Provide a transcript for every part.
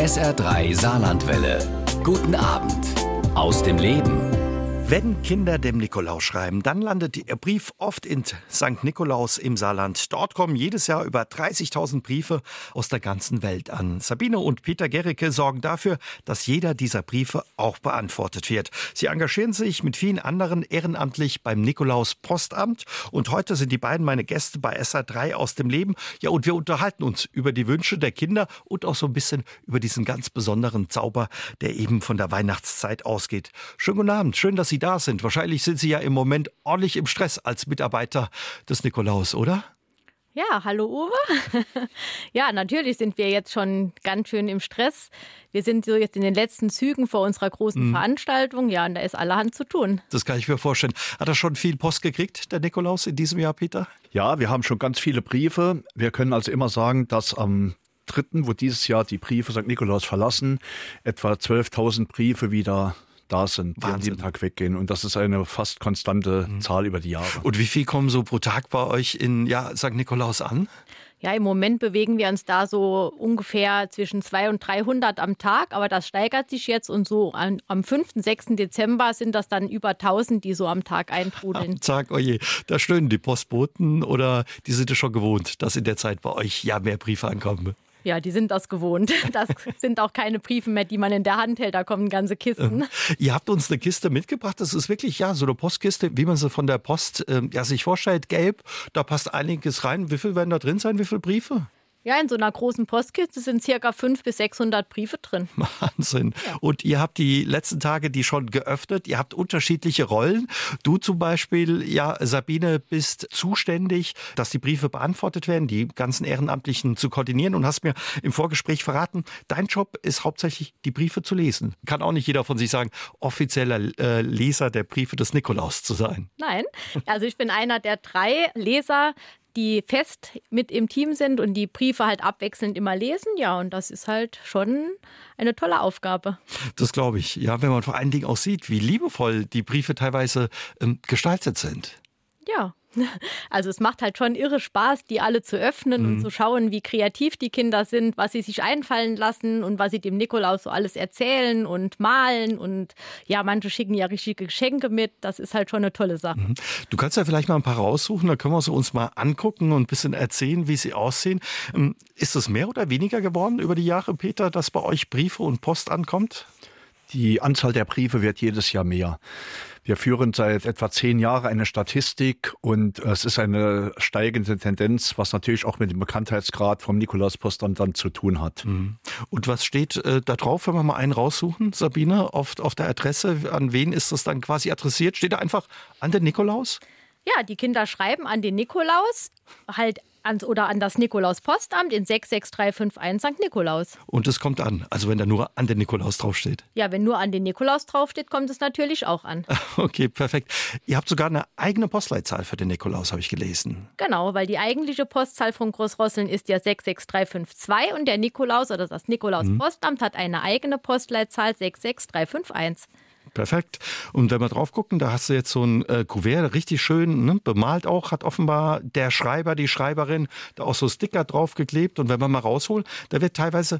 SR3 Saarlandwelle. Guten Abend aus dem Leben. Wenn Kinder dem Nikolaus schreiben, dann landet ihr Brief oft in St. Nikolaus im Saarland. Dort kommen jedes Jahr über 30.000 Briefe aus der ganzen Welt an. Sabine und Peter Gericke sorgen dafür, dass jeder dieser Briefe auch beantwortet wird. Sie engagieren sich mit vielen anderen ehrenamtlich beim Nikolaus Postamt. Und heute sind die beiden meine Gäste bei SR3 aus dem Leben. Ja, und wir unterhalten uns über die Wünsche der Kinder und auch so ein bisschen über diesen ganz besonderen Zauber, der eben von der Weihnachtszeit ausgeht. Schönen guten Abend, schön, dass Sie da sind. Wahrscheinlich sind Sie ja im Moment ordentlich im Stress als Mitarbeiter des Nikolaus, oder? Ja, hallo Uwe. Ja, natürlich sind wir jetzt schon ganz schön im Stress. Wir sind so jetzt in den letzten Zügen vor unserer großen Veranstaltung. Ja, und da ist allerhand zu tun. Das kann ich mir vorstellen. Hat er schon viel Post gekriegt, der Nikolaus, in diesem Jahr, Peter? Ja, wir haben schon ganz viele Briefe. Wir können also immer sagen, dass am 3., wo dieses Jahr die Briefe St. Nikolaus verlassen, etwa 12.000 Briefe wieder da sind, die an jedem Tag weggehen. Und das ist eine fast konstante Zahl über die Jahre. Und wie viel kommen so pro Tag bei euch in St. Nikolaus an? Ja, im Moment bewegen wir uns da so ungefähr zwischen 200 und 300 am Tag. Aber das steigert sich jetzt. Und so am 5., 6. Dezember sind das dann über 1000, die so am Tag eintrudeln. Am Tag, oje, da stöhnen die Postboten oder die sind es schon gewohnt, dass in der Zeit bei euch mehr Briefe ankommen? Ja, die sind das gewohnt. Das sind auch keine Briefe mehr, die man in der Hand hält. Da kommen ganze Kisten. Ihr habt uns eine Kiste mitgebracht. Das ist wirklich so eine Postkiste, wie man sie von der Post sich vorstellt. Gelb, da passt einiges rein. Wie viel werden da drin sein? Wie viele Briefe? Ja, in so einer großen Postkiste sind ca. 500 bis 600 Briefe drin. Wahnsinn. Ja. Und ihr habt die letzten Tage die schon geöffnet. Ihr habt unterschiedliche Rollen. Du zum Beispiel, Sabine, bist zuständig, dass die Briefe beantwortet werden, die ganzen Ehrenamtlichen zu koordinieren und hast mir im Vorgespräch verraten, dein Job ist hauptsächlich, die Briefe zu lesen. Kann auch nicht jeder von sich sagen, offizieller Leser der Briefe des Nikolaus zu sein. Nein, also ich bin einer der 3 Leser, die fest mit im Team sind und die Briefe halt abwechselnd immer lesen. Ja, und das ist halt schon eine tolle Aufgabe. Das glaube ich. Ja, wenn man vor allen Dingen auch sieht, wie liebevoll die Briefe teilweise gestaltet sind. Ja, also es macht halt schon irre Spaß, die alle zu öffnen und zu schauen, wie kreativ die Kinder sind, was sie sich einfallen lassen und was sie dem Nikolaus so alles erzählen und malen. Und ja, manche schicken ja richtige Geschenke mit. Das ist halt schon eine tolle Sache. Du kannst ja vielleicht mal ein paar raussuchen, da können wir sie uns mal angucken und ein bisschen erzählen, wie sie aussehen. Ist es mehr oder weniger geworden über die Jahre, Peter, dass bei euch Briefe und Post ankommt? Die Anzahl der Briefe wird jedes Jahr mehr. Wir führen seit etwa 10 Jahren eine Statistik und es ist eine steigende Tendenz, was natürlich auch mit dem Bekanntheitsgrad vom Nikolauspostamt dann zu tun hat. Und was steht da drauf, wenn wir mal einen raussuchen, Sabine, auf der Adresse? An wen ist das dann quasi adressiert? Steht da einfach an den Nikolaus? Ja, die Kinder schreiben an den Nikolaus, halt an das Nikolaus-Postamt in 66351 St. Nikolaus. Und es kommt an, also wenn da nur an den Nikolaus draufsteht? Ja, wenn nur an den Nikolaus draufsteht, kommt es natürlich auch an. Okay, perfekt. Ihr habt sogar eine eigene Postleitzahl für den Nikolaus, habe ich gelesen. Genau, weil die eigentliche Postzahl von Großrosseln ist ja 66352 und der Nikolaus oder das Nikolaus-Postamt hat eine eigene Postleitzahl 66351. Perfekt. Und wenn wir drauf gucken, da hast du jetzt so ein Kuvert, richtig schön bemalt auch, hat offenbar der Schreiber, die Schreiberin da auch so Sticker draufgeklebt. Und wenn man mal rausholt, da wird teilweise,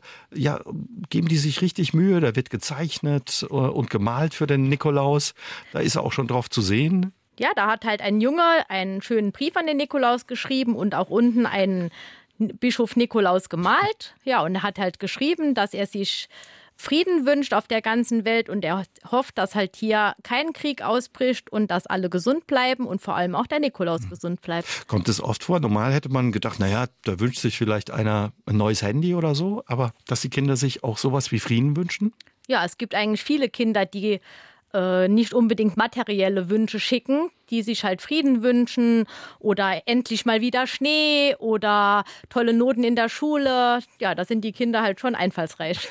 geben die sich richtig Mühe, da wird gezeichnet und gemalt für den Nikolaus. Da ist er auch schon drauf zu sehen. Ja, da hat halt ein Junge einen schönen Brief an den Nikolaus geschrieben und auch unten einen Bischof Nikolaus gemalt. Ja, und er hat halt geschrieben, dass er sich Frieden wünscht auf der ganzen Welt und er hofft, dass halt hier kein Krieg ausbricht und dass alle gesund bleiben und vor allem auch der Nikolaus gesund bleibt. Kommt es oft vor? Normal hätte man gedacht, da wünscht sich vielleicht einer ein neues Handy oder so, aber dass die Kinder sich auch sowas wie Frieden wünschen? Ja, es gibt eigentlich viele Kinder, die nicht unbedingt materielle Wünsche schicken, die sich halt Frieden wünschen oder endlich mal wieder Schnee oder tolle Noten in der Schule. Ja, da sind die Kinder halt schon einfallsreich.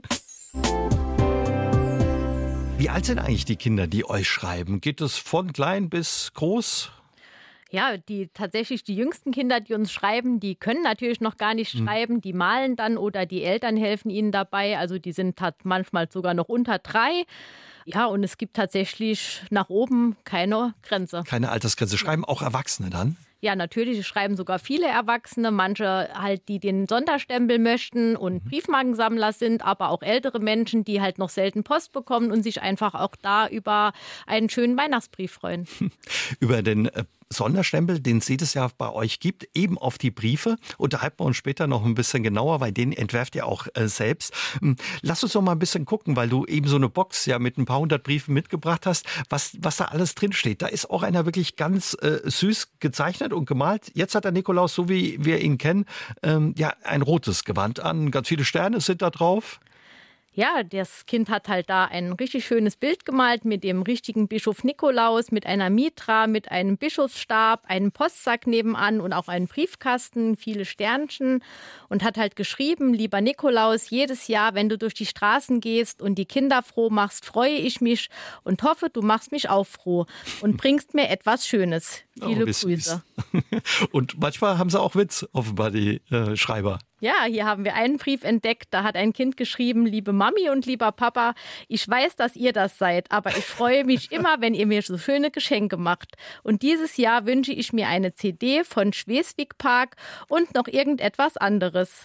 Wie alt sind eigentlich die Kinder, die euch schreiben? Geht es von klein bis groß? Ja, tatsächlich die jüngsten Kinder, die uns schreiben, die können natürlich noch gar nicht schreiben. Die malen dann oder die Eltern helfen ihnen dabei. Also die sind manchmal sogar noch unter 3. Ja, und es gibt tatsächlich nach oben keine Grenze. Keine Altersgrenze. Schreiben auch Erwachsene dann? Ja, natürlich schreiben sogar viele Erwachsene, manche halt, die den Sonderstempel möchten und Briefmarkensammler sind, aber auch ältere Menschen, die halt noch selten Post bekommen und sich einfach auch da über einen schönen Weihnachtsbrief freuen. Über den Sonderstempel, den es ja bei euch gibt, eben auf die Briefe. Unterhalten wir uns später noch ein bisschen genauer, weil den entwerft ihr auch selbst. Lass uns doch mal ein bisschen gucken, weil du eben so eine Box ja mit ein paar hundert Briefen mitgebracht hast, was da alles drinsteht. Da ist auch einer wirklich ganz süß gezeichnet und gemalt. Jetzt hat der Nikolaus, so wie wir ihn kennen, ja ein rotes Gewand an. Ganz viele Sterne sind da drauf. Ja, das Kind hat halt da ein richtig schönes Bild gemalt mit dem richtigen Bischof Nikolaus, mit einer Mitra, mit einem Bischofsstab, einem Postsack nebenan und auch einen Briefkasten, viele Sternchen und hat halt geschrieben, lieber Nikolaus, jedes Jahr, wenn du durch die Straßen gehst und die Kinder froh machst, freue ich mich und hoffe, du machst mich auch froh und bringst mir etwas Schönes. Viele Grüße. Und manchmal haben sie auch Witz, offenbar die Schreiber. Ja, hier haben wir einen Brief entdeckt, da hat ein Kind geschrieben, liebe Mami und lieber Papa, ich weiß, dass ihr das seid, aber ich freue mich immer, wenn ihr mir so schöne Geschenke macht. Und dieses Jahr wünsche ich mir eine CD von Schleswig Park und noch irgendetwas anderes.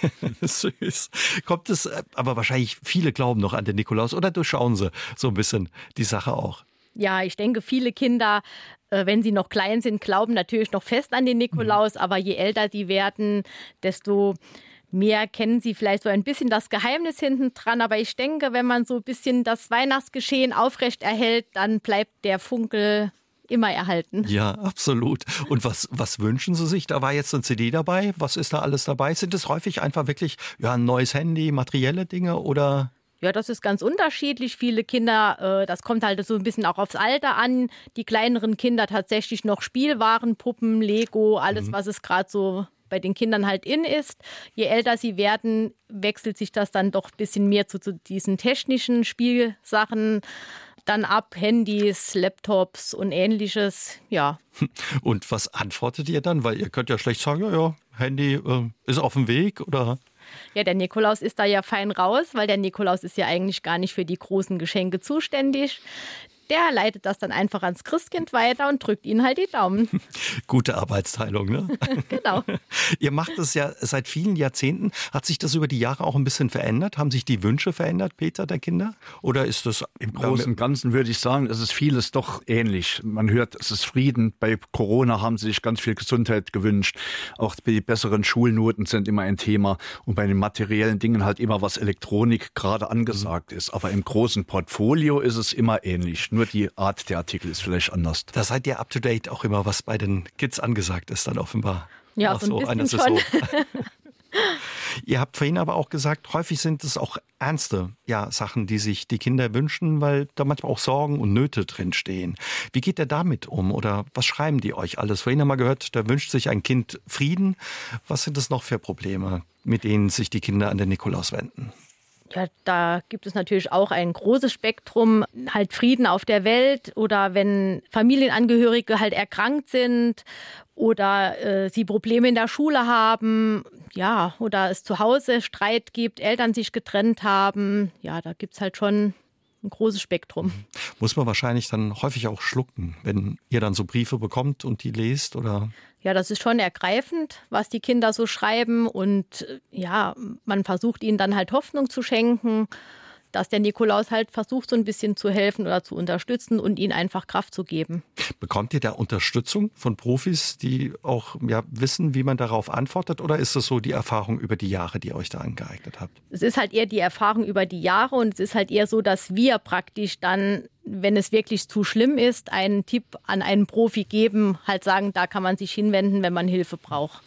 Süß. Kommt es, aber wahrscheinlich viele glauben noch an den Nikolaus oder durchschauen sie so ein bisschen die Sache auch? Ja, ich denke, viele Kinder, wenn sie noch klein sind, glauben natürlich noch fest an den Nikolaus, aber je älter die werden, desto mehr kennen sie vielleicht so ein bisschen das Geheimnis hinten dran. Aber ich denke, wenn man so ein bisschen das Weihnachtsgeschehen aufrecht erhält, dann bleibt der Funkel immer erhalten. Ja, absolut. Und was wünschen Sie sich? Da war jetzt eine CD dabei. Was ist da alles dabei? Sind es häufig einfach wirklich ein neues Handy, materielle Dinge oder... Ja, das ist ganz unterschiedlich. Viele Kinder, das kommt halt so ein bisschen auch aufs Alter an. Die kleineren Kinder tatsächlich noch Spielwaren, Puppen, Lego, alles, was es gerade so bei den Kindern halt in ist. Je älter sie werden, wechselt sich das dann doch ein bisschen mehr zu diesen technischen Spielsachen dann ab, Handys, Laptops und Ähnliches, ja. Und was antwortet ihr dann? Weil ihr könnt ja schlecht sagen, ja, Handy ist auf dem Weg oder... Ja, der Nikolaus ist da ja fein raus, weil der Nikolaus ist ja eigentlich gar nicht für die großen Geschenke zuständig. Der leitet das dann einfach ans Christkind weiter und drückt ihnen halt die Daumen. Gute Arbeitsteilung, ne? Genau. Ihr macht es ja seit vielen Jahrzehnten. Hat sich das über die Jahre auch ein bisschen verändert? Haben sich die Wünsche verändert, Peter, der Kinder? Oder ist das im Großen und Ganzen, würde ich sagen, es ist vieles doch ähnlich. Man hört, es ist Frieden. Bei Corona haben sie sich ganz viel Gesundheit gewünscht. Auch die besseren Schulnoten sind immer ein Thema. Und bei den materiellen Dingen halt immer, was Elektronik gerade angesagt ist. Aber im großen Portfolio ist es immer ähnlich. Nur die Art der Artikel ist vielleicht anders. Da seid ihr up to date auch immer, was bei den Kids angesagt ist, dann offenbar. Ja, so ein bisschen schon. Ihr habt vorhin aber auch gesagt, häufig sind es auch ernste Sachen, die sich die Kinder wünschen, weil da manchmal auch Sorgen und Nöte drinstehen. Wie geht ihr damit um oder was schreiben die euch alles? Vorhin haben wir gehört, da wünscht sich ein Kind Frieden. Was sind es noch für Probleme, mit denen sich die Kinder an den Nikolaus wenden? Ja, da gibt es natürlich auch ein großes Spektrum, halt Frieden auf der Welt oder wenn Familienangehörige halt erkrankt sind oder sie Probleme in der Schule haben, ja, oder es zu Hause Streit gibt, Eltern sich getrennt haben. Ja, da gibt es halt schon ein großes Spektrum. Muss man wahrscheinlich dann häufig auch schlucken, wenn ihr dann so Briefe bekommt und die lest, oder? Ja, das ist schon ergreifend, was die Kinder so schreiben und ja, man versucht ihnen dann halt Hoffnung zu schenken, dass der Nikolaus halt versucht, so ein bisschen zu helfen oder zu unterstützen und ihnen einfach Kraft zu geben. Bekommt ihr da Unterstützung von Profis, die auch wissen, wie man darauf antwortet? Oder ist das so die Erfahrung über die Jahre, die ihr euch da angeeignet habt? Es ist halt eher die Erfahrung über die Jahre und es ist halt eher so, dass wir praktisch dann, wenn es wirklich zu schlimm ist, einen Tipp an einen Profi geben, halt sagen, da kann man sich hinwenden, wenn man Hilfe braucht.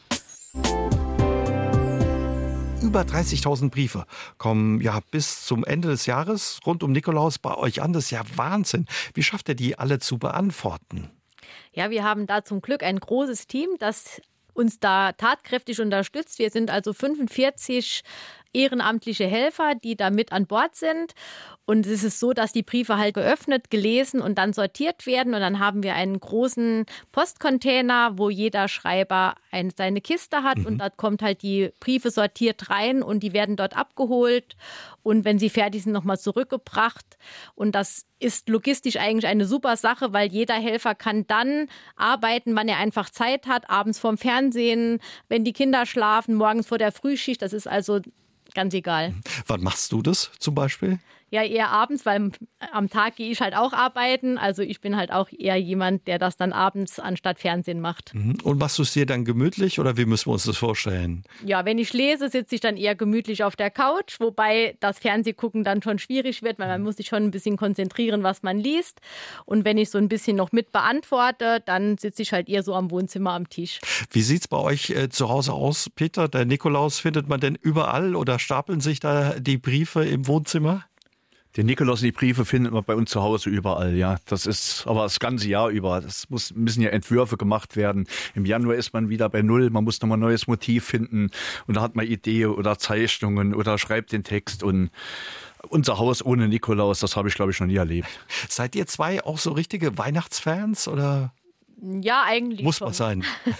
Über 30.000 Briefe kommen bis zum Ende des Jahres rund um Nikolaus bei euch an. Das ist ja Wahnsinn. Wie schafft ihr die alle zu beantworten? Ja, wir haben da zum Glück ein großes Team, das uns da tatkräftig unterstützt. Wir sind also 45 ehrenamtliche Helfer, die da mit an Bord sind. Und es ist so, dass die Briefe halt geöffnet, gelesen und dann sortiert werden. Und dann haben wir einen großen Postcontainer, wo jeder Schreiber seine Kiste hat. Und dort kommt halt die Briefe sortiert rein und die werden dort abgeholt. Und wenn sie fertig sind, nochmal zurückgebracht. Und das ist logistisch eigentlich eine super Sache, weil jeder Helfer kann dann arbeiten, wann er einfach Zeit hat, abends vorm Fernsehen, wenn die Kinder schlafen, morgens vor der Frühschicht. Das ist also ganz egal. Wann machst du das zum Beispiel? Ja, eher abends, weil am Tag gehe ich halt auch arbeiten. Also ich bin halt auch eher jemand, der das dann abends anstatt Fernsehen macht. Und machst du es dir dann gemütlich oder wie müssen wir uns das vorstellen? Ja, wenn ich lese, sitze ich dann eher gemütlich auf der Couch, wobei das Fernsehgucken dann schon schwierig wird, weil man muss sich schon ein bisschen konzentrieren, was man liest. Und wenn ich so ein bisschen noch mit beantworte, dann sitze ich halt eher so am Wohnzimmer am Tisch. Wie sieht es bei euch zu Hause aus, Peter? Der Nikolaus findet man denn überall oder stapeln sich da die Briefe im Wohnzimmer? Den Nikolaus und die Briefe findet man bei uns zu Hause überall, ja. Das ist aber das ganze Jahr über. Müssen ja Entwürfe gemacht werden. Im Januar ist man wieder bei Null. Man muss nochmal ein neues Motiv finden. Und da hat man Ideen oder Zeichnungen oder schreibt den Text. Und unser Haus ohne Nikolaus, das habe ich, glaube ich, noch nie erlebt. Seid ihr zwei auch so richtige Weihnachtsfans oder? Ja, eigentlich muss schon. Man sein.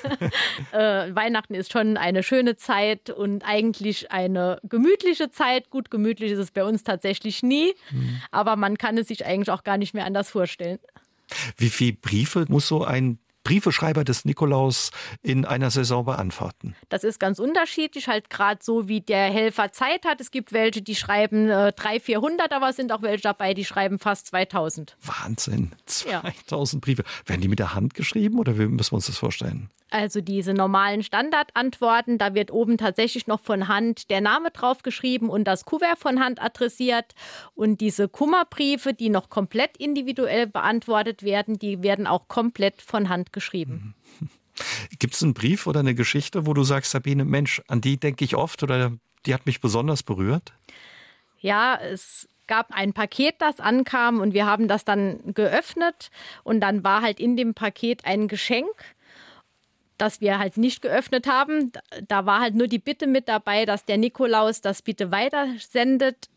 Weihnachten ist schon eine schöne Zeit und eigentlich eine gemütliche Zeit. Gut, gemütlich ist es bei uns tatsächlich nie, aber man kann es sich eigentlich auch gar nicht mehr anders vorstellen. Wie viele Briefe muss so ein Briefeschreiber des Nikolaus in einer Saison beantworten? Das ist ganz unterschiedlich, halt gerade so, wie der Helfer Zeit hat. Es gibt welche, die schreiben 300, 400, aber es sind auch welche dabei, die schreiben fast 2000. Wahnsinn, 2000 Briefe. Werden die mit der Hand geschrieben oder wie müssen wir uns das vorstellen? Also diese normalen Standardantworten, da wird oben tatsächlich noch von Hand der Name drauf geschrieben und das Kuvert von Hand adressiert. Und diese Kummerbriefe, die noch komplett individuell beantwortet werden, die werden auch komplett von Hand geschrieben. Gibt es einen Brief oder eine Geschichte, wo du sagst, Sabine, Mensch, an die denke ich oft oder die hat mich besonders berührt? Ja, es gab ein Paket, das ankam und wir haben das dann geöffnet und dann war halt in dem Paket ein Geschenk, das wir halt nicht geöffnet haben. Da war halt nur die Bitte mit dabei, dass der Nikolaus das bitte weitersendet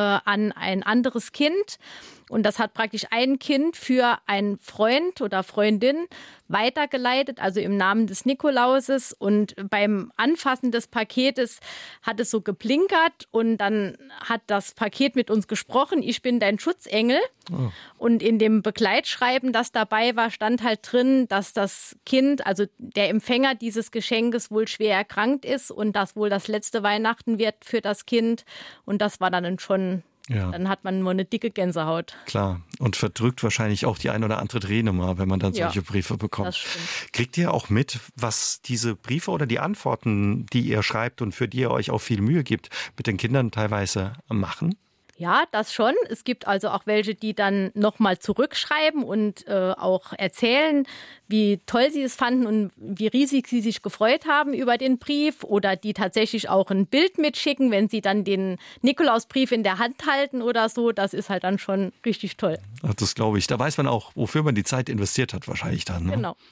an ein anderes Kind. Und das hat praktisch ein Kind für einen Freund oder Freundin weitergeleitet, also im Namen des Nikolauses. Und beim Anfassen des Paketes hat es so geblinkert und dann hat das Paket mit uns gesprochen, ich bin dein Schutzengel. Oh. Und in dem Begleitschreiben, das dabei war, stand halt drin, dass das Kind, also der Empfänger dieses Geschenkes wohl schwer erkrankt ist und das wohl das letzte Weihnachten wird für das Kind. Und das war dann schon... Ja. Dann hat man nur eine dicke Gänsehaut. Klar. Und verdrückt wahrscheinlich auch die ein oder andere Träne mal, wenn man dann solche Briefe bekommt. Das stimmt. Kriegt ihr auch mit, was diese Briefe oder die Antworten, die ihr schreibt und für die ihr euch auch viel Mühe gibt, mit den Kindern teilweise machen? Ja, das schon. Es gibt also auch welche, die dann nochmal zurückschreiben und auch erzählen, wie toll sie es fanden und wie riesig sie sich gefreut haben über den Brief oder die tatsächlich auch ein Bild mitschicken, wenn sie dann den Nikolausbrief in der Hand halten oder so. Das ist halt dann schon richtig toll. Ach, das glaube ich. Da weiß man auch, wofür man die Zeit investiert hat wahrscheinlich dann. Ne? Genau.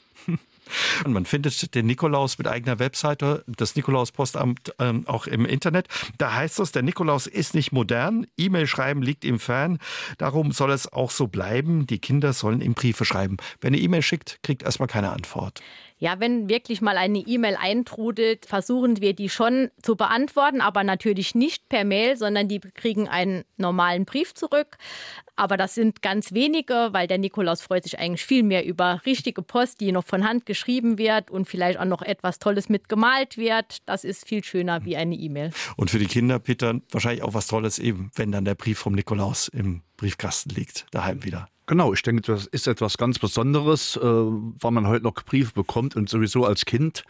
Und man findet den Nikolaus mit eigener Webseite, das Nikolaus-Postamt auch im Internet. Da heißt es, der Nikolaus ist nicht modern, E-Mail schreiben liegt ihm fern. Darum soll es auch so bleiben. Die Kinder sollen ihm Briefe schreiben. Wer eine E-Mail schickt, kriegt erstmal keine Antwort. Ja, wenn wirklich mal eine E-Mail eintrudelt, versuchen wir die schon zu beantworten, aber natürlich nicht per Mail, sondern die kriegen einen normalen Brief zurück. Aber das sind ganz wenige, weil der Nikolaus freut sich eigentlich viel mehr über richtige Post, die noch von Hand geschrieben wird und vielleicht auch noch etwas Tolles mitgemalt wird. Das ist viel schöner wie eine E-Mail. Und für die Kinder, Peter, wahrscheinlich auch was Tolles eben, wenn dann der Brief vom Nikolaus im Briefkasten liegt, daheim wieder. Genau, ich denke, das ist etwas ganz Besonderes, weil man heute noch Briefe bekommt und sowieso als Kind.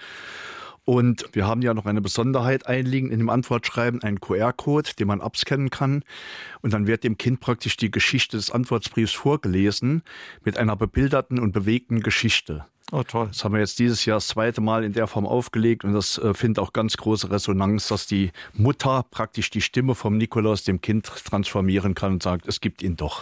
Und wir haben ja noch eine Besonderheit einliegen in dem Antwortschreiben, einen QR-Code, den man abscannen kann. Und dann wird dem Kind praktisch die Geschichte des Antwortbriefs vorgelesen mit einer bebilderten und bewegten Geschichte. Oh, toll. Das haben wir jetzt dieses Jahr das zweite Mal in der Form aufgelegt und das findet auch ganz große Resonanz, dass die Mutter praktisch die Stimme vom Nikolaus dem Kind transformieren kann und sagt, es gibt ihn doch.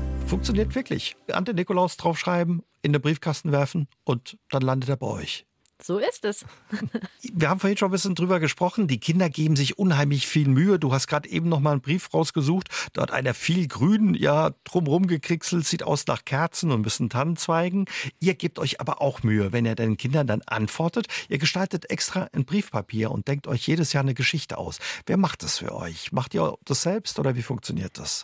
Funktioniert wirklich. An den Nikolaus draufschreiben, in den Briefkasten werfen und dann landet er bei euch. So ist es. Wir haben vorhin schon ein bisschen drüber gesprochen. Die Kinder geben sich unheimlich viel Mühe. Du hast gerade eben noch mal einen Brief rausgesucht. Dort einer viel grün, ja, drumherum gekriegselt, sieht aus nach Kerzen und ein bisschen Tannenzweigen. Ihr gebt euch aber auch Mühe, wenn ihr den Kindern dann antwortet. Ihr gestaltet extra ein Briefpapier und denkt euch jedes Jahr eine Geschichte aus. Wer macht das für euch? Macht ihr das selbst oder wie funktioniert das?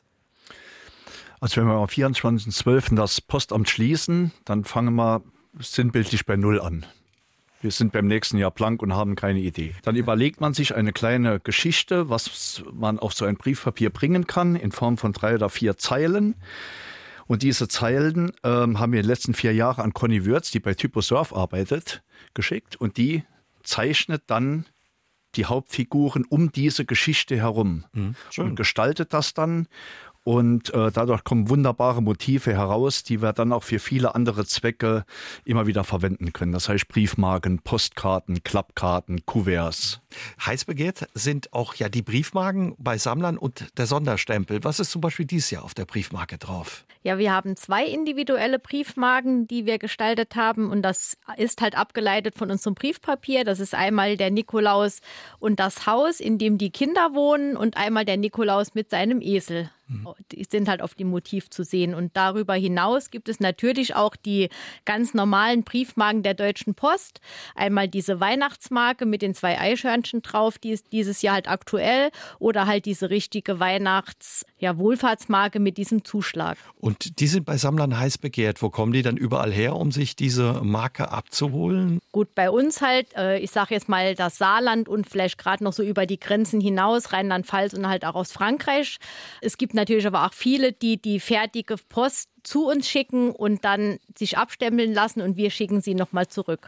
Also wenn wir am 24.12. das Postamt schließen, dann fangen wir sinnbildlich bei Null an. Wir sind beim nächsten Jahr blank und haben keine Idee. Dann überlegt man sich eine kleine Geschichte, was man auf so ein Briefpapier bringen kann, in Form von 3 oder 4 Zeilen. Und diese Zeilen haben wir in den letzten 4 Jahren an Conny Würz, die bei Typosurf arbeitet, geschickt. Und die zeichnet dann die Hauptfiguren um diese Geschichte herum und gestaltet das dann. Und dadurch kommen wunderbare Motive heraus, die wir dann auch für viele andere Zwecke immer wieder verwenden können. Das heißt Briefmarken, Postkarten, Klappkarten, Kuverts. Heiß begehrt sind auch ja die Briefmarken bei Sammlern und der Sonderstempel. Was ist zum Beispiel dieses Jahr auf der Briefmarke drauf? Ja, wir haben 2 individuelle Briefmarken, die wir gestaltet haben. Und das ist halt abgeleitet von unserem Briefpapier. Das ist einmal der Nikolaus und das Haus, in dem die Kinder wohnen, und einmal der Nikolaus mit seinem Esel. Die sind halt auf dem Motiv zu sehen. Und darüber hinaus gibt es natürlich auch die ganz normalen Briefmarken der Deutschen Post. Einmal diese Weihnachtsmarke mit den 2 Eichhörnchen drauf, die ist dieses Jahr halt aktuell. Oder halt diese richtige Wohlfahrtsmarke mit diesem Zuschlag. Und die sind bei Sammlern heiß begehrt. Wo kommen die dann überall her, um sich diese Marke abzuholen? Gut, bei uns halt, ich sage jetzt mal das Saarland und vielleicht gerade noch so über die Grenzen hinaus, Rheinland-Pfalz und halt auch aus Frankreich. Es gibt natürlich aber auch viele, die fertige Post zu uns schicken und dann sich abstempeln lassen und wir schicken sie nochmal zurück.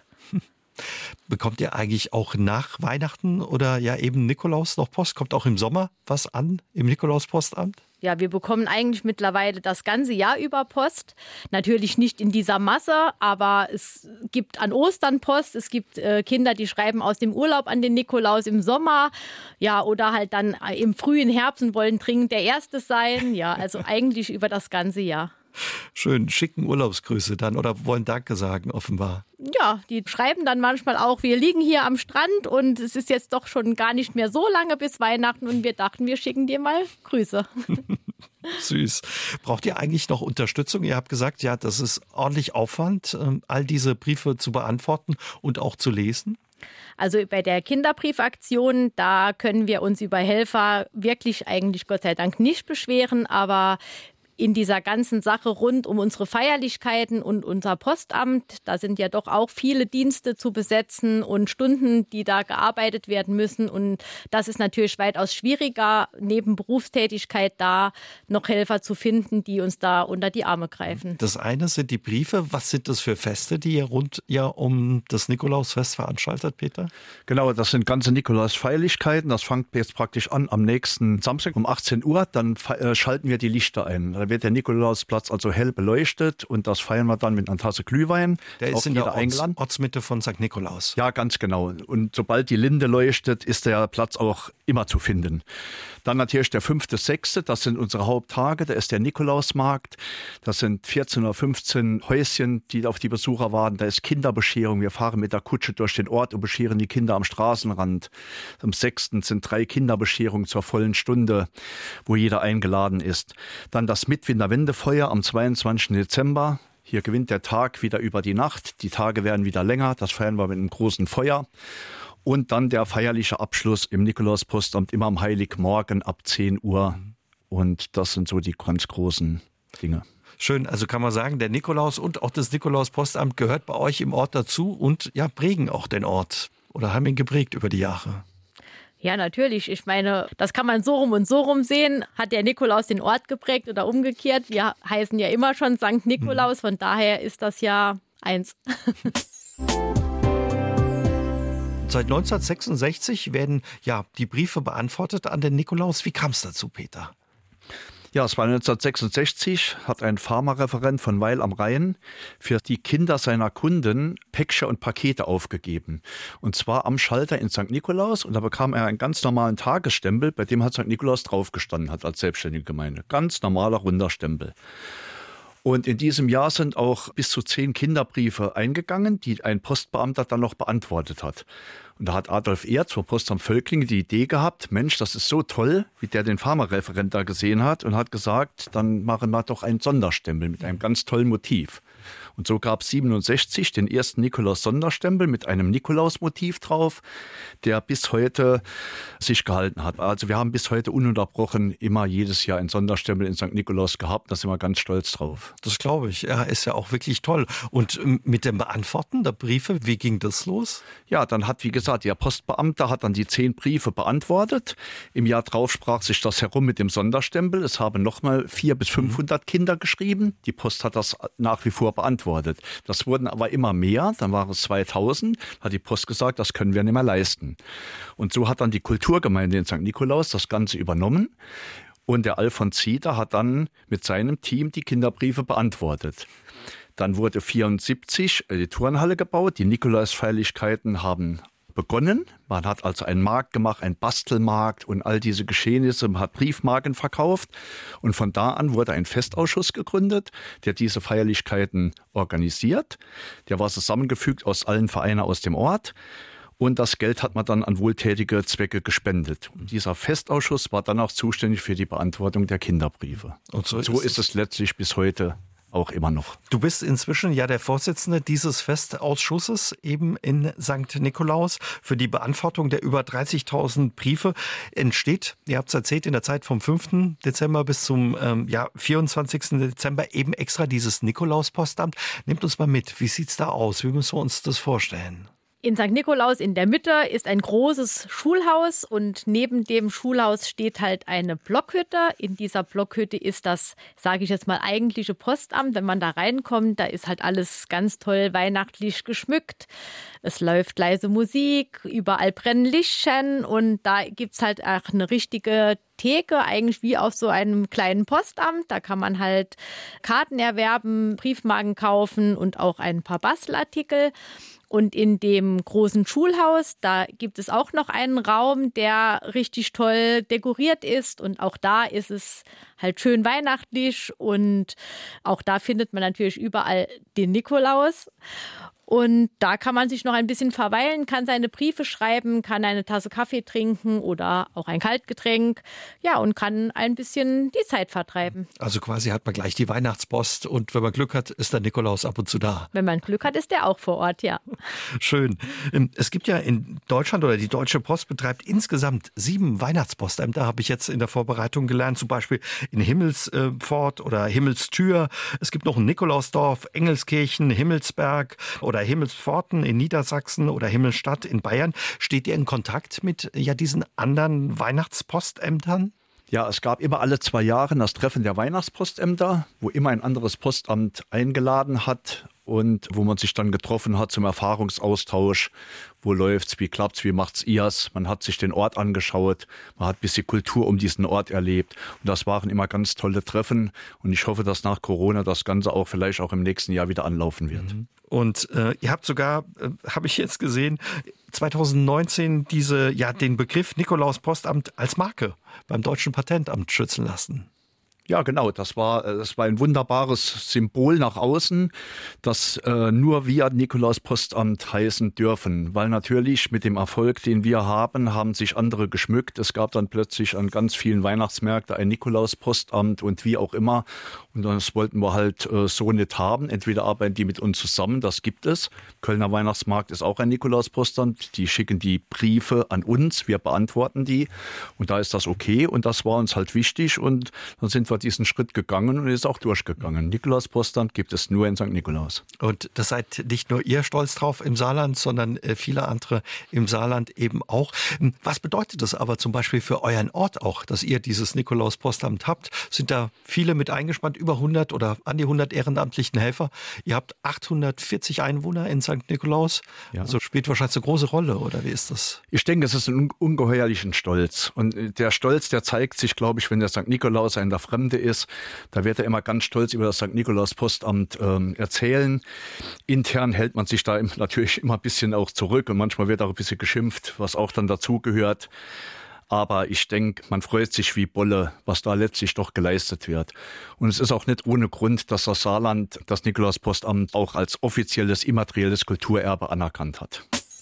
Bekommt ihr eigentlich auch nach Weihnachten oder ja eben Nikolaus noch Post? Kommt auch im Sommer was an im Nikolauspostamt? Ja, wir bekommen eigentlich mittlerweile das ganze Jahr über Post. Natürlich nicht in dieser Masse, aber es gibt an Ostern Post. Es gibt Kinder, die schreiben aus dem Urlaub an den Nikolaus im Sommer. Ja, oder halt dann im frühen Herbst und wollen dringend der Erste sein. Ja, also eigentlich über das ganze Jahr. Schön, schicken Urlaubsgrüße dann oder wollen Danke sagen, offenbar. Ja, die schreiben dann manchmal auch, wir liegen hier am Strand und es ist jetzt doch schon gar nicht mehr so lange bis Weihnachten und wir dachten, wir schicken dir mal Grüße. Süß. Braucht ihr eigentlich noch Unterstützung? Ihr habt gesagt, ja, das ist ordentlich Aufwand, all diese Briefe zu beantworten und auch zu lesen. Also bei der Kinderbriefaktion, da können wir uns über Helfer wirklich eigentlich Gott sei Dank nicht beschweren, aber in dieser ganzen Sache rund um unsere Feierlichkeiten und unser Postamt, da sind ja doch auch viele Dienste zu besetzen und Stunden, die da gearbeitet werden müssen. Und das ist natürlich weitaus schwieriger, neben Berufstätigkeit da noch Helfer zu finden, die uns da unter die Arme greifen. Das eine sind die Briefe. Was sind das für Feste, die ihr rund um das Nikolausfest veranstaltet, Peter? Genau, das sind ganze Nikolausfeierlichkeiten. Das fängt jetzt praktisch an am nächsten Samstag um 18 Uhr. Dann schalten wir die Lichter ein. Da wird der Nikolausplatz also hell beleuchtet und das feiern wir dann mit einer Tasse Glühwein. Der ist in der Ortsmitte von St. Nikolaus. Ja, ganz genau. Und sobald die Linde leuchtet, ist der Platz auch immer zu finden. Dann natürlich der 5.6., das sind unsere Haupttage, da ist der Nikolausmarkt. Das sind 14 oder 15 Häuschen, die auf die Besucher warten. Da ist Kinderbescherung. Wir fahren mit der Kutsche durch den Ort und bescheren die Kinder am Straßenrand. Am 6. sind 3 Kinderbescherungen zur vollen Stunde, wo jeder eingeladen ist. Dann das Mitwinterwendefeuer am 22. Dezember. Hier gewinnt der Tag wieder über die Nacht. Die Tage werden wieder länger. Das feiern wir mit einem großen Feuer. Und dann der feierliche Abschluss im Nikolauspostamt immer am Heiligmorgen ab 10 Uhr. Und das sind so die ganz großen Dinge. Schön, also kann man sagen, der Nikolaus und auch das Nikolauspostamt gehört bei euch im Ort dazu und ja, prägen auch den Ort oder haben ihn geprägt über die Jahre. Ja, natürlich. Ich meine, das kann man so rum und so rum sehen. Hat der Nikolaus den Ort geprägt oder umgekehrt? Wir heißen ja immer schon St. Nikolaus, von daher ist das ja eins. Seit 1966 werden ja die Briefe beantwortet an den Nikolaus. Wie kam es dazu, Peter? Ja, es war 1966, hat ein Pharmareferent von Weil am Rhein für die Kinder seiner Kunden Päckchen und Pakete aufgegeben. Und zwar am Schalter in St. Nikolaus. Und da bekam er einen ganz normalen Tagesstempel, bei dem hat St. Nikolaus draufgestanden hat als selbstständige Gemeinde. Ganz normaler, runder Stempel. Und in diesem Jahr sind auch bis zu 10 Kinderbriefe eingegangen, die ein Postbeamter dann noch beantwortet hat. Und da hat Adolf Erz vom Postamt Völklingen die Idee gehabt, Mensch, das ist so toll, wie der den Pharmareferent da gesehen hat und hat gesagt, dann machen wir doch einen Sonderstempel mit einem ganz tollen Motiv. Und so gab es 67 den ersten Nikolaus-Sonderstempel mit einem Nikolaus-Motiv drauf, der bis heute sich gehalten hat. Also wir haben bis heute ununterbrochen immer jedes Jahr einen Sonderstempel in St. Nikolaus gehabt. Da sind wir ganz stolz drauf. Das glaube ich. Ja, ist ja auch wirklich toll. Und mit dem Beantworten der Briefe, wie ging das los? Ja, dann hat, wie gesagt, der Postbeamte hat dann die 10 Briefe beantwortet. Im Jahr drauf sprach sich das herum mit dem Sonderstempel. Es haben nochmal 400 bis 500 Kinder geschrieben. Die Post hat das nach wie vor beantwortet. Das wurden aber immer mehr, dann waren es 2000, hat die Post gesagt, das können wir nicht mehr leisten. Und so hat dann die Kulturgemeinde in St. Nikolaus das Ganze übernommen und der Alfons Zieder hat dann mit seinem Team die Kinderbriefe beantwortet. Dann wurde 1974 die Turnhalle gebaut, die Nikolausfeierlichkeiten haben begonnen. Man hat also einen Markt gemacht, einen Bastelmarkt und all diese Geschehnisse, man hat Briefmarken verkauft und von da an wurde ein Festausschuss gegründet, der diese Feierlichkeiten organisiert. Der war zusammengefügt aus allen Vereinen aus dem Ort und das Geld hat man dann an wohltätige Zwecke gespendet. Und dieser Festausschuss war dann auch zuständig für die Beantwortung der Kinderbriefe. Und so ist es letztlich bis heute auch immer noch. Du bist inzwischen ja der Vorsitzende dieses Festausschusses eben in St. Nikolaus. Für die Beantwortung der über 30.000 Briefe entsteht, ihr habt es erzählt, in der Zeit vom 5. Dezember bis zum 24. Dezember eben extra dieses Nikolaus-Postamt. Nehmt uns mal mit, wie sieht es da aus? Wie müssen wir uns das vorstellen? In St. Nikolaus in der Mitte ist ein großes Schulhaus und neben dem Schulhaus steht halt eine Blockhütte. In dieser Blockhütte ist das, sage ich jetzt mal, eigentliche Postamt. Wenn man da reinkommt, da ist halt alles ganz toll weihnachtlich geschmückt. Es läuft leise Musik, überall brennen Lichtchen und da gibt's halt auch eine richtige Theke, eigentlich wie auf so einem kleinen Postamt. Da kann man halt Karten erwerben, Briefmarken kaufen und auch ein paar Bastelartikel. Und in dem großen Schulhaus, da gibt es auch noch einen Raum, der richtig toll dekoriert ist. Und auch da ist es halt schön weihnachtlich. Und auch da findet man natürlich überall den Nikolaus. Und da kann man sich noch ein bisschen verweilen, kann seine Briefe schreiben, kann eine Tasse Kaffee trinken oder auch ein Kaltgetränk. Ja, und kann ein bisschen die Zeit vertreiben. Also quasi hat man gleich die Weihnachtspost und wenn man Glück hat, ist der Nikolaus ab und zu da. Wenn man Glück hat, ist der auch vor Ort, ja. Schön. Es gibt ja in Deutschland oder die Deutsche Post betreibt insgesamt 7 Weihnachtspostämter, habe ich jetzt in der Vorbereitung gelernt, zum Beispiel in Himmelspfort oder Himmelstür. Es gibt noch ein Nikolausdorf, Engelskirchen, Himmelsberg oder Himmelspforten in Niedersachsen oder Himmelstadt in Bayern. Steht ihr in Kontakt mit diesen anderen Weihnachtspostämtern? Ja, es gab immer alle 2 Jahre das Treffen der Weihnachtspostämter, wo immer ein anderes Postamt eingeladen hat und wo man sich dann getroffen hat zum Erfahrungsaustausch. Wo läuft's, wie klappt's, wie macht's ihr's? Man hat sich den Ort angeschaut, man hat ein bisschen Kultur um diesen Ort erlebt. Und das waren immer ganz tolle Treffen. Und ich hoffe, dass nach Corona das Ganze auch vielleicht auch im nächsten Jahr wieder anlaufen wird. Und ihr habt sogar, habe ich jetzt gesehen, 2019 den Begriff Nikolaus-Postamt als Marke beim Deutschen Patentamt schützen lassen. Ja, genau. Das war ein wunderbares Symbol nach außen, dass nur wir Nikolaus-Postamt heißen dürfen. Weil natürlich mit dem Erfolg, den wir haben sich andere geschmückt. Es gab dann plötzlich an ganz vielen Weihnachtsmärkten ein Nikolaus-Postamt und wie auch immer. Und das wollten wir halt so nicht haben. Entweder arbeiten die mit uns zusammen, das gibt es. Kölner Weihnachtsmarkt ist auch ein Nikolaus-Postamt. Die schicken die Briefe an uns, wir beantworten die. Und da ist das okay. Und das war uns halt wichtig. Und dann sind wir diesen Schritt gegangen und ist auch durchgegangen. Nikolaus-Postamt gibt es nur in St. Nikolaus. Und das seid nicht nur ihr stolz drauf im Saarland, sondern viele andere im Saarland eben auch. Was bedeutet das aber zum Beispiel für euren Ort auch, dass ihr dieses Nikolaus-Postamt habt? Sind da viele mit eingespannt, über 100 oder an die 100 ehrenamtlichen Helfer? Ihr habt 840 Einwohner in St. Nikolaus. Ja. Also spielt wahrscheinlich eine große Rolle, oder wie ist das? Ich denke, es ist ein ungeheuerlichen Stolz. Und der Stolz, der zeigt sich, glaube ich, wenn der St. Nikolaus in der Fremde ist, da wird er immer ganz stolz über das St. Nikolaus-Postamt erzählen. Intern hält man sich da natürlich immer ein bisschen auch zurück und manchmal wird auch ein bisschen geschimpft, was auch dann dazugehört. Aber ich denke, man freut sich wie Bolle, was da letztlich doch geleistet wird. Und es ist auch nicht ohne Grund, dass das Saarland das Nikolauspostamt auch als offizielles immaterielles Kulturerbe anerkannt hat.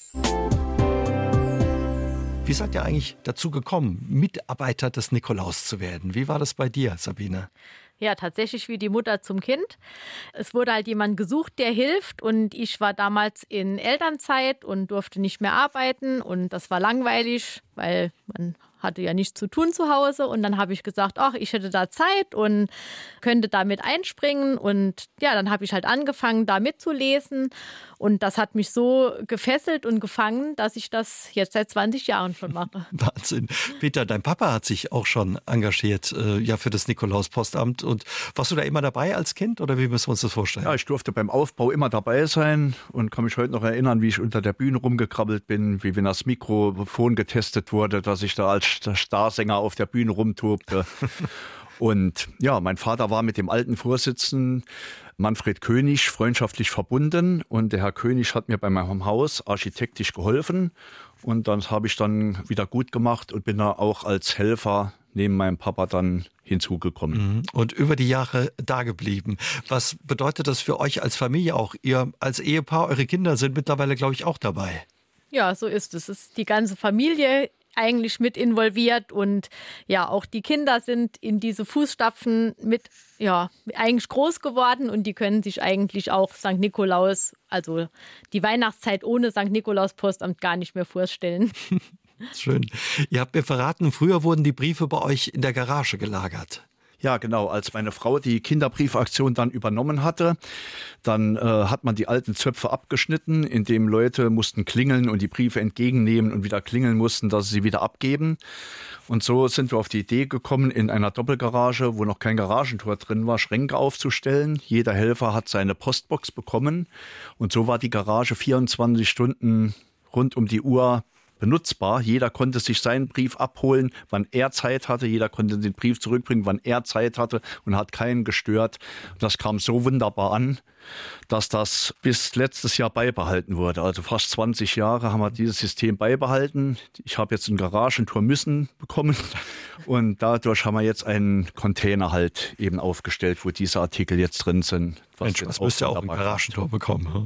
Wie seid ihr eigentlich dazu gekommen, Mitarbeiter des Nikolaus zu werden? Wie war das bei dir, Sabine? Ja, tatsächlich wie die Mutter zum Kind. Es wurde halt jemand gesucht, der hilft, und ich war damals in Elternzeit und durfte nicht mehr arbeiten, und das war langweilig, weil man hatte ja nichts zu tun zu Hause, und dann habe ich gesagt, ach, ich hätte da Zeit und könnte damit einspringen, und ja, dann habe ich halt angefangen, da mitzulesen, und das hat mich so gefesselt und gefangen, dass ich das jetzt seit 20 Jahren schon mache. Wahnsinn. Peter, dein Papa hat sich auch schon engagiert für das Nikolauspostamt, und warst du da immer dabei als Kind, oder wie müssen wir uns das vorstellen? Ja, ich durfte beim Aufbau immer dabei sein und kann mich heute noch erinnern, wie ich unter der Bühne rumgekrabbelt bin, wie wenn das Mikrofon getestet wurde, dass ich da als Starsänger auf der Bühne rumtobte. Und ja, mein Vater war mit dem alten Vorsitzenden Manfred König freundschaftlich verbunden, und der Herr König hat mir bei meinem Haus architektisch geholfen, und das habe ich dann wieder gut gemacht und bin da auch als Helfer neben meinem Papa dann hinzugekommen. Und über die Jahre da geblieben. Was bedeutet das für euch als Familie auch? Ihr als Ehepaar, eure Kinder sind mittlerweile, glaube ich, auch dabei. Ja, so ist es. Es ist die ganze Familie eigentlich mit involviert, und ja, auch die Kinder sind in diese Fußstapfen mit, ja, eigentlich groß geworden, und die können sich eigentlich auch St. Nikolaus, also die Weihnachtszeit ohne St. Nikolaus Postamt gar nicht mehr vorstellen. Schön. Ihr habt mir verraten, früher wurden die Briefe bei euch in der Garage gelagert. Ja, genau. Als meine Frau die Kinderbriefaktion dann übernommen hatte, dann hat man die alten Zöpfe abgeschnitten, indem Leute mussten klingeln und die Briefe entgegennehmen und wieder klingeln mussten, dass sie wieder abgeben. Und so sind wir auf die Idee gekommen, in einer Doppelgarage, wo noch kein Garagentor drin war, Schränke aufzustellen. Jeder Helfer hat seine Postbox bekommen, und so war die Garage 24 Stunden rund um die Uhr benutzbar. Jeder konnte sich seinen Brief abholen, wann er Zeit hatte. Jeder konnte den Brief zurückbringen, wann er Zeit hatte, und hat keinen gestört. Das kam so wunderbar an, dass das bis letztes Jahr beibehalten wurde. Also fast 20 Jahre haben wir dieses System beibehalten. Ich habe jetzt ein Garagentor müssen bekommen, und dadurch haben wir jetzt einen Container halt eben aufgestellt, wo diese Artikel jetzt drin sind. Mensch, das müsst ihr auch ein Garagentor bekommen.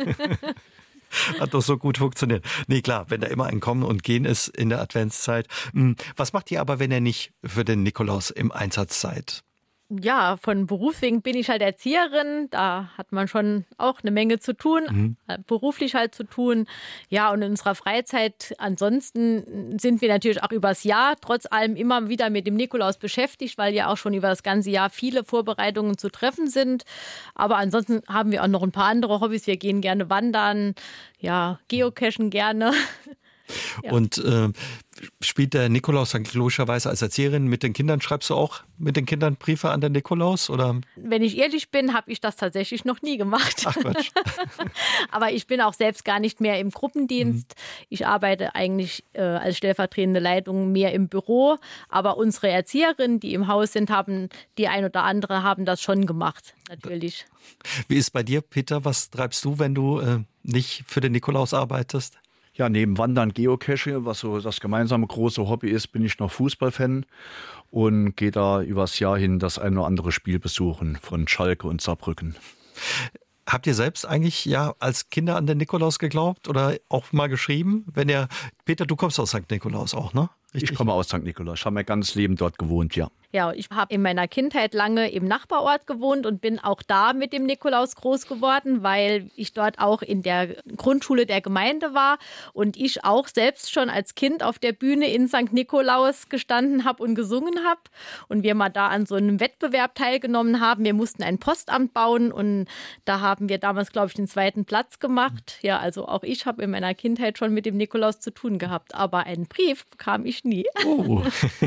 Hat doch so gut funktioniert. Nee, klar, wenn da immer ein Kommen und Gehen ist in der Adventszeit. Was macht ihr aber, wenn ihr nicht für den Nikolaus im Einsatz seid? Ja, von Beruf wegen bin ich halt Erzieherin. Da hat man schon auch eine Menge zu tun, beruflich halt zu tun. Ja, und in unserer Freizeit ansonsten sind wir natürlich auch übers Jahr trotz allem immer wieder mit dem Nikolaus beschäftigt, weil ja auch schon über das ganze Jahr viele Vorbereitungen zu treffen sind. Aber ansonsten haben wir auch noch ein paar andere Hobbys. Wir gehen gerne wandern, ja, geocachen gerne. Ja. Und spielt der Nikolaus dann logischerweise als Erzieherin mit den Kindern? Schreibst du auch mit den Kindern Briefe an den Nikolaus? Oder? Wenn ich ehrlich bin, habe ich das tatsächlich noch nie gemacht. Ach Quatsch. Aber ich bin auch selbst gar nicht mehr im Gruppendienst. Ich arbeite eigentlich als stellvertretende Leitung mehr im Büro. Aber unsere Erzieherinnen, die im Haus sind, die ein oder andere haben das schon gemacht, natürlich. Wie ist bei dir, Peter? Was treibst du, wenn du nicht für den Nikolaus arbeitest? Ja, neben Wandern, Geocache, was so das gemeinsame große Hobby ist, bin ich noch Fußballfan und gehe da übers Jahr hin das ein oder andere Spiel besuchen von Schalke und Saarbrücken. Habt ihr selbst eigentlich ja als Kinder an den Nikolaus geglaubt oder auch mal geschrieben? Peter, du kommst aus St. Nikolaus auch, ne? Richtig? Ich komme aus St. Nikolaus. Ich habe mein ganzes Leben dort gewohnt, ja. Ja, ich habe in meiner Kindheit lange im Nachbarort gewohnt und bin auch da mit dem Nikolaus groß geworden, weil ich dort auch in der Grundschule der Gemeinde war und ich auch selbst schon als Kind auf der Bühne in St. Nikolaus gestanden habe und gesungen habe und wir mal da an so einem Wettbewerb teilgenommen haben. Wir mussten ein Postamt bauen und da haben wir damals, glaube ich, den 2. Platz gemacht. Ja, also auch ich habe in meiner Kindheit schon mit dem Nikolaus zu tun gehabt, aber einen Brief bekam ich nie. Oh.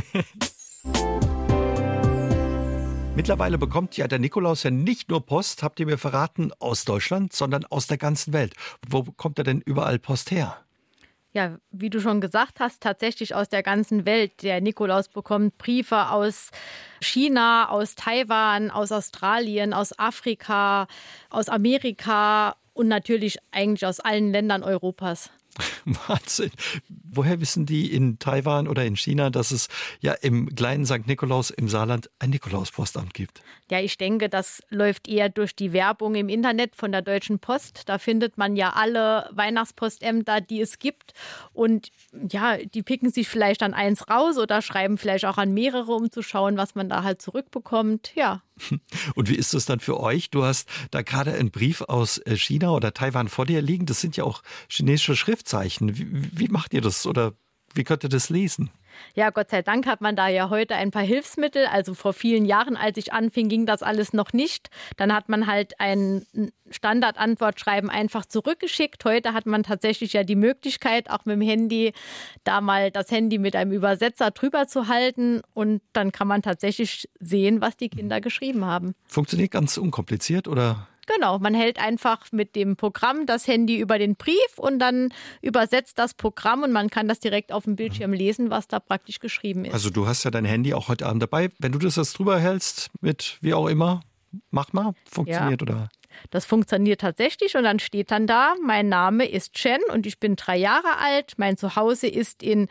Mittlerweile bekommt ja der Nikolaus ja nicht nur Post, habt ihr mir verraten, aus Deutschland, sondern aus der ganzen Welt. Wo bekommt er denn überall Post her? Ja, wie du schon gesagt hast, tatsächlich aus der ganzen Welt. Der Nikolaus bekommt Briefe aus China, aus Taiwan, aus Australien, aus Afrika, aus Amerika und natürlich eigentlich aus allen Ländern Europas. Wahnsinn. Woher wissen die in Taiwan oder in China, dass es ja im kleinen St. Nikolaus im Saarland ein Nikolauspostamt gibt? Ja, ich denke, das läuft eher durch die Werbung im Internet von der Deutschen Post. Da findet man ja alle Weihnachtspostämter, die es gibt. Und ja, die picken sich vielleicht an eins raus oder schreiben vielleicht auch an mehrere, um zu schauen, was man da halt zurückbekommt. Ja. Und wie ist das dann für euch? Du hast da gerade einen Brief aus China oder Taiwan vor dir liegen. Das sind ja auch chinesische Schriftzeichen. Wie macht ihr das oder wie könnt ihr das lesen? Ja, Gott sei Dank hat man da ja heute ein paar Hilfsmittel. Also vor vielen Jahren, als ich anfing, ging das alles noch nicht. Dann hat man halt ein Standardantwortschreiben einfach zurückgeschickt. Heute hat man tatsächlich ja die Möglichkeit, auch mit dem Handy, da mal das Handy mit einem Übersetzer drüber zu halten. Und dann kann man tatsächlich sehen, was die Kinder geschrieben haben. Funktioniert ganz unkompliziert oder? Genau, man hält einfach mit dem Programm das Handy über den Brief und dann übersetzt das Programm und man kann das direkt auf dem Bildschirm lesen, was da praktisch geschrieben ist. Also du hast ja dein Handy auch heute Abend dabei. Wenn du das jetzt drüber hältst mit wie auch immer, mach mal, funktioniert ja. Oder? Das funktioniert tatsächlich und dann steht dann da, mein Name ist Chen und ich bin 3 Jahre alt. Mein Zuhause ist in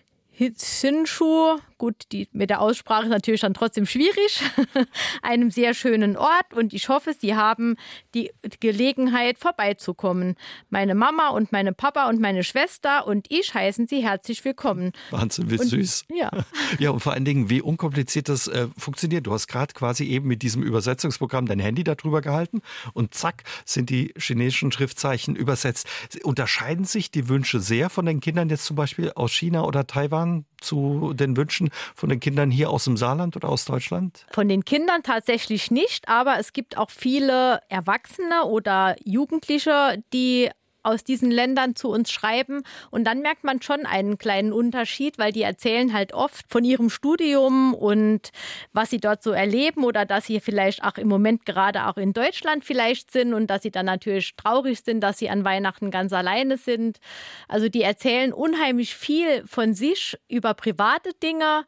Hinshu, gut, mit der Aussprache ist natürlich dann trotzdem schwierig, einem sehr schönen Ort und ich hoffe, Sie haben die Gelegenheit vorbeizukommen. Meine Mama und meine Papa und meine Schwester und ich heißen Sie herzlich willkommen. Wahnsinn, wie süß. Ja. Ja, und vor allen Dingen, wie unkompliziert das funktioniert. Du hast gerade quasi eben mit diesem Übersetzungsprogramm dein Handy darüber gehalten und zack, sind die chinesischen Schriftzeichen übersetzt. Unterscheiden sich die Wünsche sehr von den Kindern jetzt zum Beispiel aus China oder Taiwan zu den Wünschen von den Kindern hier aus dem Saarland oder aus Deutschland? Von den Kindern tatsächlich nicht, aber es gibt auch viele Erwachsene oder Jugendliche, die aus diesen Ländern zu uns schreiben. Und dann merkt man schon einen kleinen Unterschied, weil die erzählen halt oft von ihrem Studium und was sie dort so erleben oder dass sie vielleicht auch im Moment gerade auch in Deutschland vielleicht sind und dass sie dann natürlich traurig sind, dass sie an Weihnachten ganz alleine sind. Also die erzählen unheimlich viel von sich über private Dinge,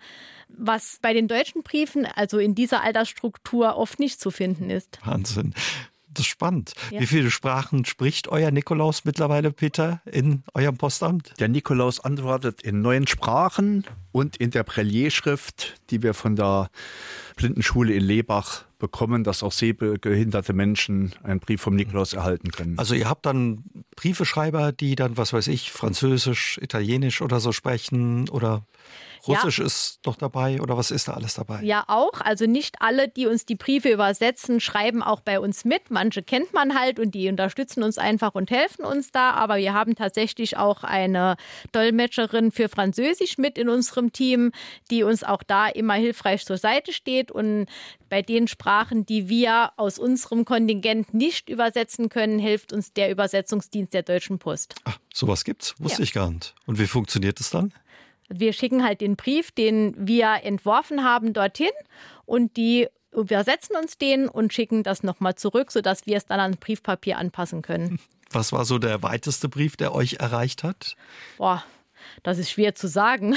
was bei den deutschen Briefen, also in dieser Altersstruktur, oft nicht zu finden ist. Wahnsinn. Das ist spannend. Ja. Wie viele Sprachen spricht euer Nikolaus mittlerweile, Peter, in eurem Postamt? Der Nikolaus antwortet in 9 Sprachen und in der Braille-Schrift, die wir von der Blindenschule in Lebach bekommen, dass auch sehbehinderte Menschen einen Brief vom Nikolaus erhalten können. Also ihr habt dann Briefeschreiber, die dann, was weiß ich, Französisch, Italienisch oder so sprechen oder Russisch ist doch dabei oder was ist da alles dabei? Ja, auch. Also nicht alle, die uns die Briefe übersetzen, schreiben auch bei uns mit. Manche kennt man halt und die unterstützen uns einfach und helfen uns da. Aber wir haben tatsächlich auch eine Dolmetscherin für Französisch mit in unserem Team, die uns auch da immer hilfreich zur Seite steht. Und bei den Sprachen, die wir aus unserem Kontingent nicht übersetzen können, hilft uns der Übersetzungsdienst der Deutschen Post. Ach, sowas gibt's? Wusste Ja. ich gar nicht. Und wie funktioniert es dann? Wir schicken halt den Brief, den wir entworfen haben, dorthin und die übersetzen uns den und schicken das nochmal zurück, sodass wir es dann an Briefpapier anpassen können. Was war so der weiteste Brief, der euch erreicht hat? Boah, das ist schwer zu sagen.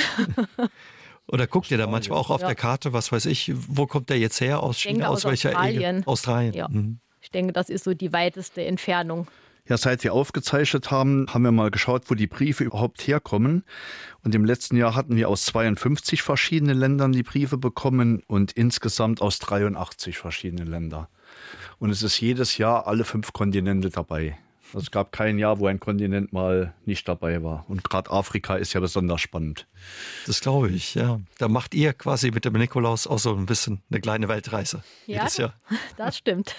Oder guckt ihr da manchmal auch auf Ja. der Karte, was weiß ich, wo kommt der jetzt her? Aus China, denke, aus aus welcher Australien. Ecke? Australien. Ja. Mhm. Ich denke, das ist so die weiteste Entfernung. Ja, seit wir aufgezeichnet haben, haben wir mal geschaut, wo die Briefe überhaupt herkommen. Und im letzten Jahr hatten wir aus 52 verschiedenen Ländern die Briefe bekommen und insgesamt aus 83 verschiedenen Ländern. Und es ist jedes Jahr alle 5 Kontinente dabei. Also es gab kein Jahr, wo ein Kontinent mal nicht dabei war. Und gerade Afrika ist ja besonders spannend. Das glaube ich, ja. Da macht ihr quasi mit dem Nikolaus auch so ein bisschen eine kleine Weltreise. Ja, Jedes Jahr. das stimmt.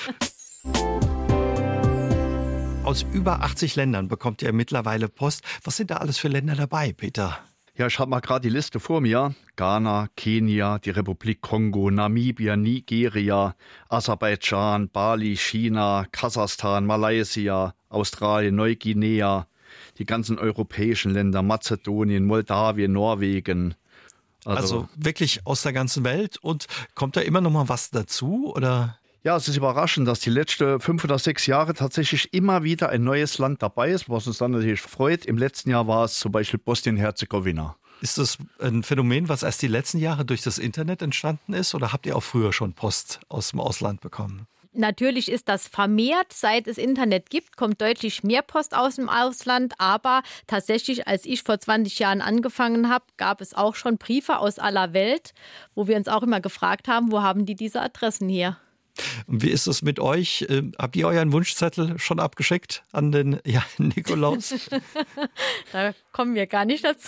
Aus über 80 Ländern bekommt ihr mittlerweile Post. Was sind da alles für Länder dabei, Peter? Ja, ich habe mal gerade die Liste vor mir. Ghana, Kenia, die Republik Kongo, Namibia, Nigeria, Aserbaidschan, Bali, China, Kasachstan, Malaysia, Australien, Neuguinea, die ganzen europäischen Länder, Mazedonien, Moldawien, Norwegen. Also wirklich aus der ganzen Welt. Und kommt da immer noch mal was dazu, oder? Ja, es ist überraschend, dass die letzten 5 oder 6 Jahre tatsächlich immer wieder ein neues Land dabei ist, was uns dann natürlich freut. Im letzten Jahr war es zum Beispiel Bosnien-Herzegowina. Ist das ein Phänomen, was erst die letzten Jahre durch das Internet entstanden ist, oder habt ihr auch früher schon Post aus dem Ausland bekommen? Natürlich ist das vermehrt, seit es Internet gibt, kommt deutlich mehr Post aus dem Ausland. Aber tatsächlich, als ich vor 20 Jahren angefangen habe, gab es auch schon Briefe aus aller Welt, wo wir uns auch immer gefragt haben, wo haben die diese Adressen her? Und wie ist es mit euch? Habt ihr euren Wunschzettel schon abgeschickt an den Nikolaus? Da kommen wir gar nicht dazu.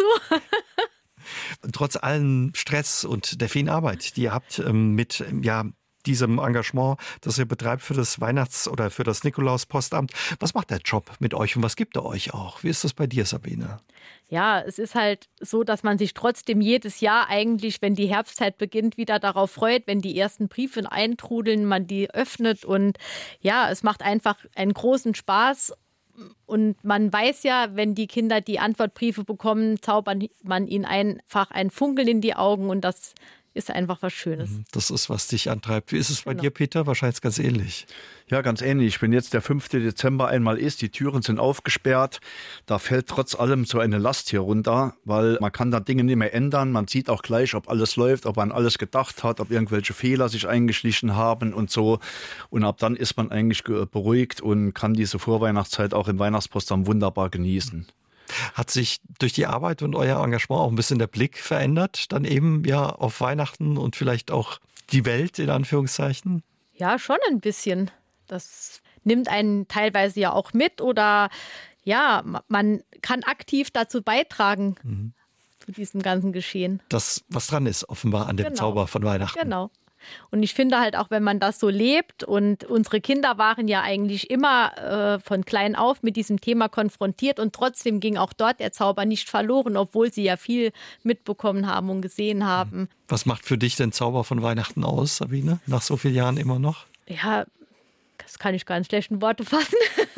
Trotz allem Stress und der vielen Arbeit, die ihr habt mit diesem Engagement, das ihr betreibt für das oder für das Nikolaus-Postamt. Was macht der Job mit euch und was gibt er euch auch? Wie ist das bei dir, Sabine? Ja, es ist halt so, dass man sich trotzdem jedes Jahr eigentlich, wenn die Herbstzeit beginnt, wieder darauf freut, wenn die ersten Briefe eintrudeln, man die öffnet und ja, es macht einfach einen großen Spaß. Und man weiß ja, wenn die Kinder die Antwortbriefe bekommen, zaubert man ihnen einfach ein Funkeln in die Augen und das ist einfach was Schönes. Das ist, was dich antreibt. Wie ist es bei dir, Peter? Wahrscheinlich ganz ähnlich. Ja, ganz ähnlich. Wenn jetzt der 5. Dezember einmal ist, die Türen sind aufgesperrt, da fällt trotz allem so eine Last hier runter, weil man kann da Dinge nicht mehr ändern. Man sieht auch gleich, ob alles läuft, ob man alles gedacht hat, ob irgendwelche Fehler sich eingeschlichen haben und so. Und ab dann ist man eigentlich beruhigt und kann diese Vorweihnachtszeit auch im Weihnachtspostamt wunderbar genießen. Hat sich durch die Arbeit und euer Engagement auch ein bisschen der Blick verändert, dann eben ja auf Weihnachten und vielleicht auch die Welt in Anführungszeichen? Ja, schon ein bisschen. Das nimmt einen teilweise ja auch mit oder ja, man kann aktiv dazu beitragen zu diesem ganzen Geschehen. Das, was dran ist, offenbar an dem Zauber von Weihnachten. Genau. Und ich finde halt auch, wenn man das so lebt und unsere Kinder waren ja eigentlich immer von klein auf mit diesem Thema konfrontiert und trotzdem ging auch dort der Zauber nicht verloren, obwohl sie ja viel mitbekommen haben und gesehen haben. Was macht für dich den Zauber von Weihnachten aus, Sabine, nach so vielen Jahren immer noch? Ja, das kann ich gar nicht schlecht in Worte fassen.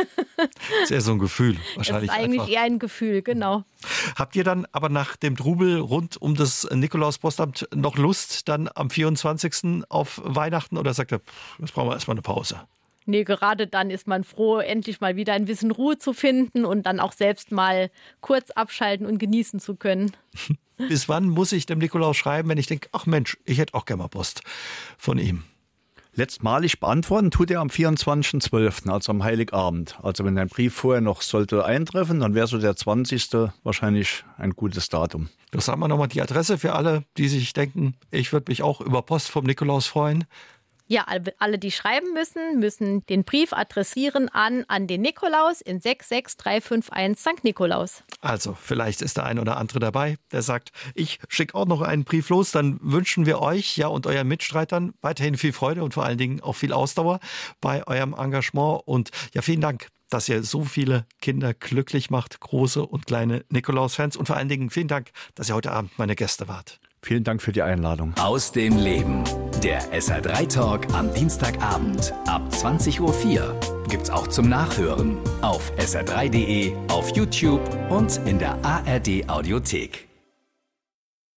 Das ist eher so ein Gefühl wahrscheinlich. Das ist eigentlich einfach eher ein Gefühl, genau. Habt ihr dann aber nach dem Trubel rund um das Nikolaus-Postamt noch Lust dann am 24. auf Weihnachten oder sagt ihr, jetzt brauchen wir erstmal eine Pause? Nee, gerade dann ist man froh, endlich mal wieder ein bisschen Ruhe zu finden und dann auch selbst mal kurz abschalten und genießen zu können. Bis wann muss ich dem Nikolaus schreiben, wenn ich denke, ach Mensch, ich hätte auch gerne mal Post von ihm? Letztmalig beantworten tut er am 24.12., also am Heiligabend. Also wenn dein Brief vorher noch sollte eintreffen, dann wäre so der 20. wahrscheinlich ein gutes Datum. Das sagen wir nochmal die Adresse für alle, die sich denken, ich würde mich auch über Post vom Nikolaus freuen. Ja, alle, die schreiben müssen den Brief adressieren an den Nikolaus in 66351 St. Nikolaus. Also, vielleicht ist der ein oder andere dabei, der sagt, ich schicke auch noch einen Brief los. Dann wünschen wir euch und euren Mitstreitern weiterhin viel Freude und vor allen Dingen auch viel Ausdauer bei eurem Engagement. Und ja, vielen Dank, dass ihr so viele Kinder glücklich macht, große und kleine Nikolaus-Fans. Und vor allen Dingen vielen Dank, dass ihr heute Abend meine Gäste wart. Vielen Dank für die Einladung. Aus dem Leben. Der SR3-Talk am Dienstagabend ab 20.04 Uhr. Gibt's auch zum Nachhören auf sr3.de, auf YouTube und in der ARD-Audiothek.